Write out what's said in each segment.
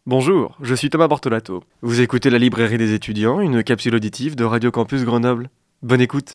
Bonjour, je suis Thomas Bortolato. Vous écoutez La Librairie des étudiants, une capsule auditive de Radio Campus Grenoble. Bonne écoute.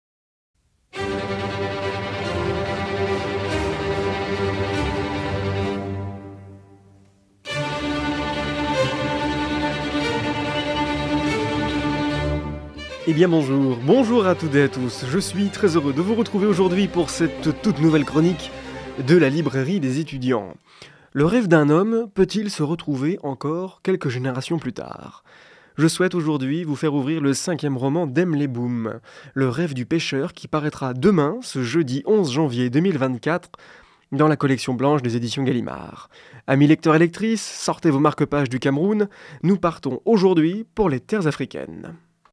Eh bien bonjour à toutes et à tous. Je suis très heureux de vous retrouver aujourd'hui pour cette toute nouvelle chronique de La Librairie des étudiants. Le rêve d'un homme peut-il se retrouver encore quelques générations plus tard ? Je souhaite aujourd'hui vous faire ouvrir le 5e roman d'Emile Boom, Le rêve du pêcheur, qui paraîtra demain, ce jeudi 11 janvier 2024, dans la collection blanche des éditions Gallimard. Amis lecteurs et lectrices, sortez vos marque-pages du Cameroun, nous partons aujourd'hui pour les terres africaines.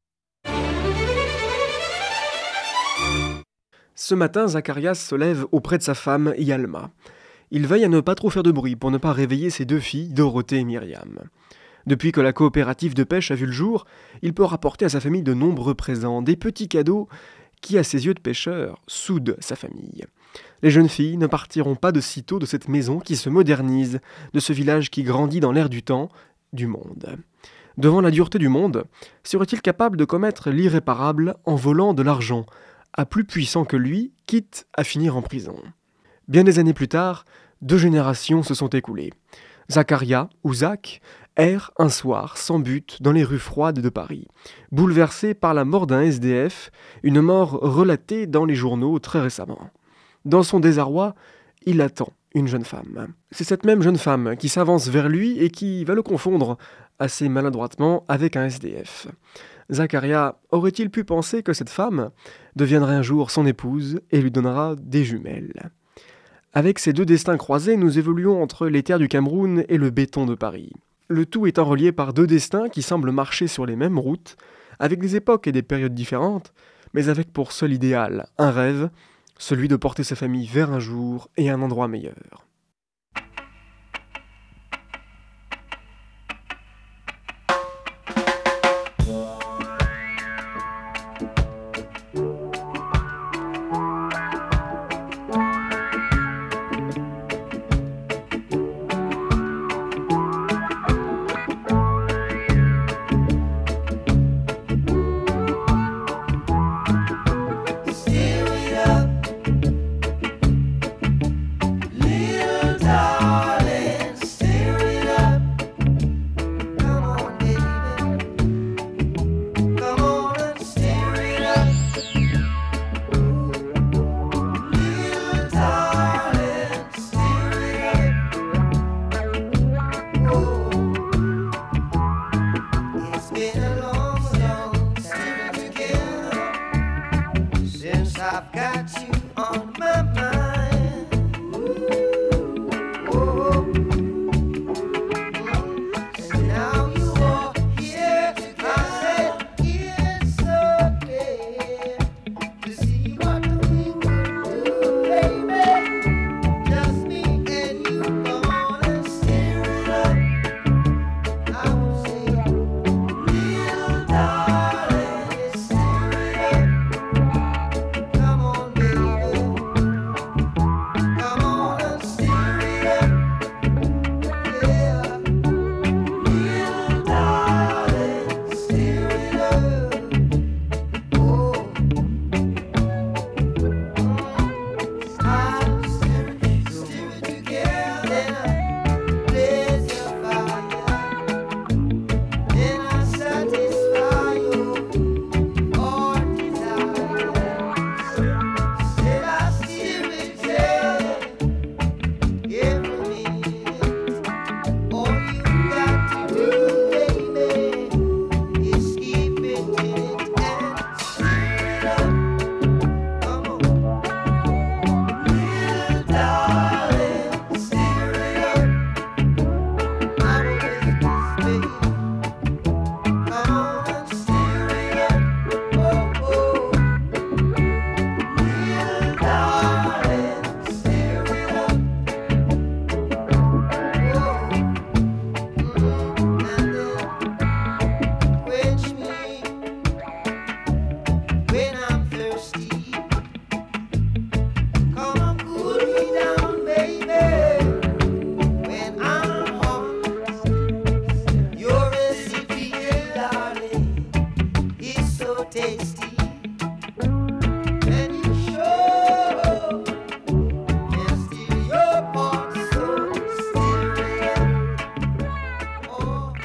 Ce matin, Zacharias se lève auprès de sa femme, Yalma. Il veille à ne pas trop faire de bruit pour ne pas réveiller ses deux filles, Dorothée et Myriam. Depuis que la coopérative de pêche a vu le jour, il peut rapporter à sa famille de nombreux présents, des petits cadeaux qui, à ses yeux de pêcheur, soudent sa famille. Les jeunes filles ne partiront pas de sitôt de cette maison qui se modernise, de ce village qui grandit dans l'air du temps, du monde. Devant la dureté du monde, serait-il capable de commettre l'irréparable en volant de l'argent, à plus puissant que lui, quitte à finir en prison ? Bien des années plus tard, 2 générations se sont écoulées. Zacharia, ou Zach, erre un soir sans but dans les rues froides de Paris, bouleversé par la mort d'un SDF, une mort relatée dans les journaux très récemment. Dans son désarroi, il attend une jeune femme. C'est cette même jeune femme qui s'avance vers lui et qui va le confondre assez maladroitement avec un SDF. Zacharia aurait-il pu penser que cette femme deviendrait un jour son épouse et lui donnera des jumelles ? Avec ces 2 destins croisés, nous évoluons entre les terres du Cameroun et le béton de Paris. Le tout étant relié par 2 destins qui semblent marcher sur les mêmes routes, avec des époques et des périodes différentes, mais avec pour seul idéal un rêve, celui de porter sa famille vers un jour et un endroit meilleur. Little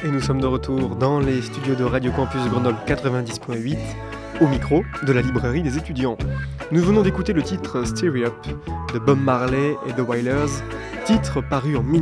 Et nous sommes de retour dans les studios de Radio Campus Grenoble 90.8, au micro de la librairie des étudiants. Nous venons d'écouter le titre Stir Up de Bob Marley et The Wailers, titre paru en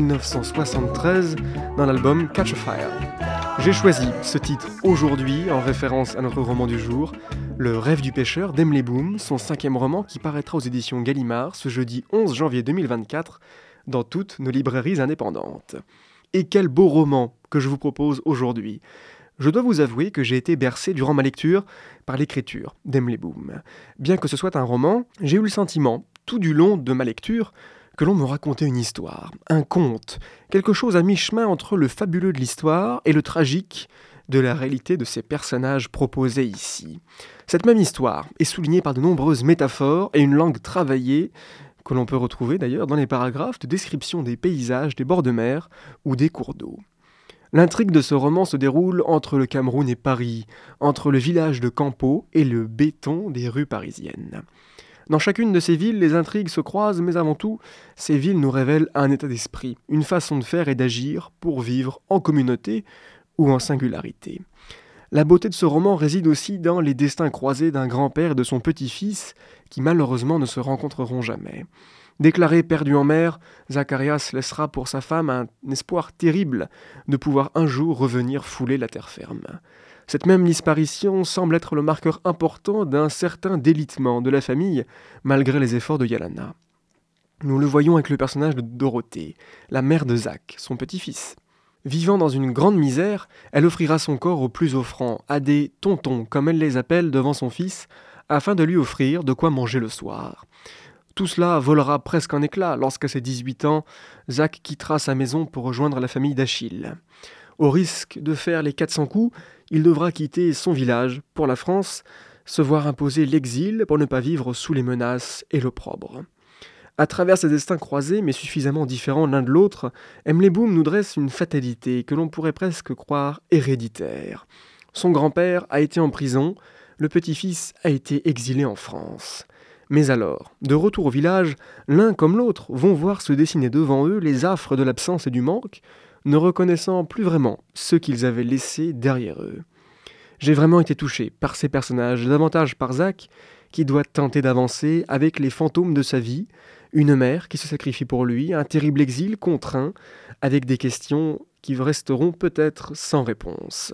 1973 dans l'album Catch a Fire. J'ai choisi ce titre aujourd'hui en référence à notre roman du jour, Le Rêve du pêcheur d'Emily Boom, son 5e roman qui paraîtra aux éditions Gallimard ce jeudi 11 janvier 2024 dans toutes nos librairies indépendantes. Et quel beau roman que je vous propose aujourd'hui. Je dois vous avouer que j'ai été bercé durant ma lecture par l'écriture d'Emily Boom. Bien que ce soit un roman, j'ai eu le sentiment, tout du long de ma lecture, que l'on me racontait une histoire, un conte, quelque chose à mi-chemin entre le fabuleux de l'histoire et le tragique de la réalité de ces personnages proposés ici. Cette même histoire est soulignée par de nombreuses métaphores et une langue travaillée, que l'on peut retrouver d'ailleurs dans les paragraphes de description des paysages des bords de mer ou des cours d'eau. L'intrigue de ce roman se déroule entre le Cameroun et Paris, entre le village de Campo et le béton des rues parisiennes. Dans chacune de ces villes, les intrigues se croisent, mais avant tout, ces villes nous révèlent un état d'esprit, une façon de faire et d'agir pour vivre en communauté ou en singularité. La beauté de ce roman réside aussi dans les destins croisés d'un grand-père et de son petit-fils qui malheureusement ne se rencontreront jamais. Déclaré perdu en mer, Zacharias laissera pour sa femme un espoir terrible de pouvoir un jour revenir fouler la terre ferme. Cette même disparition semble être le marqueur important d'un certain délitement de la famille, malgré les efforts de Yalana. Nous le voyons avec le personnage de Dorothée, la mère de Zach, son petit-fils. Vivant dans une grande misère, elle offrira son corps aux plus offrants, à des tontons, comme elle les appelle devant son fils, afin de lui offrir de quoi manger le soir. Tout cela volera presque en éclats lorsqu'à ses 18 ans, Zach quittera sa maison pour rejoindre la famille d'Achille. Au risque de faire les 400 coups, il devra quitter son village pour la France, se voir imposer l'exil pour ne pas vivre sous les menaces et l'opprobre. À travers ces destins croisés, mais suffisamment différents l'un de l'autre, Emily Boom nous dresse une fatalité que l'on pourrait presque croire héréditaire. Son grand-père a été en prison, le petit-fils a été exilé en France. Mais alors, de retour au village, l'un comme l'autre vont voir se dessiner devant eux les affres de l'absence et du manque, ne reconnaissant plus vraiment ceux qu'ils avaient laissés derrière eux. J'ai vraiment été touché par ces personnages, davantage par Zach, qui doit tenter d'avancer avec les fantômes de sa vie, une mère qui se sacrifie pour lui, un terrible exil contraint, avec des questions qui resteront peut-être sans réponse.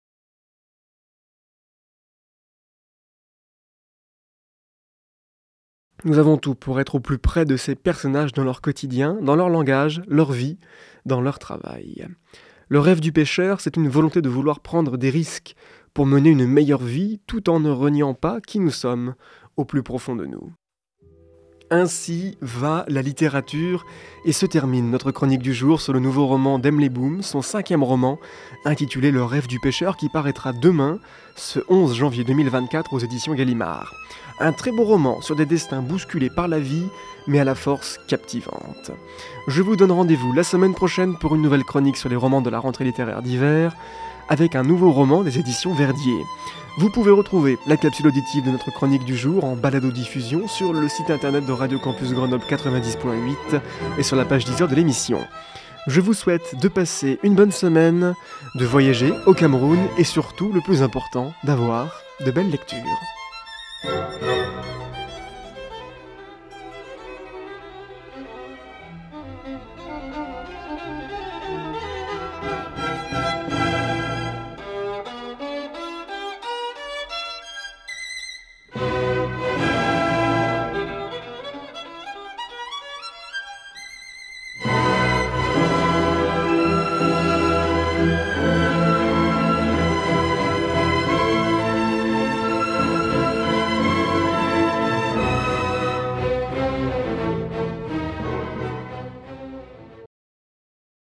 Nous avons tout pour être au plus près de ces personnages dans leur quotidien, dans leur langage, leur vie, dans leur travail. Le rêve du pêcheur, c'est une volonté de vouloir prendre des risques pour mener une meilleure vie tout en ne reniant pas qui nous sommes au plus profond de nous. Ainsi va la littérature et se termine notre chronique du jour sur le nouveau roman d'Emily Boom, son 5e roman, intitulé Le Rêve du pêcheur, qui paraîtra demain, ce 11 janvier 2024 aux éditions Gallimard. Un très beau roman sur des destins bousculés par la vie, mais à la force captivante. Je vous donne rendez-vous la semaine prochaine pour une nouvelle chronique sur les romans de la rentrée littéraire d'hiver, avec un nouveau roman des éditions Verdier. Vous pouvez retrouver la capsule auditive de notre chronique du jour en balado-diffusion sur le site internet de Radio Campus Grenoble 90.8 et sur la page Deezer de l'émission. Je vous souhaite de passer une bonne semaine, de voyager au Cameroun et surtout, le plus important, d'avoir de belles lectures.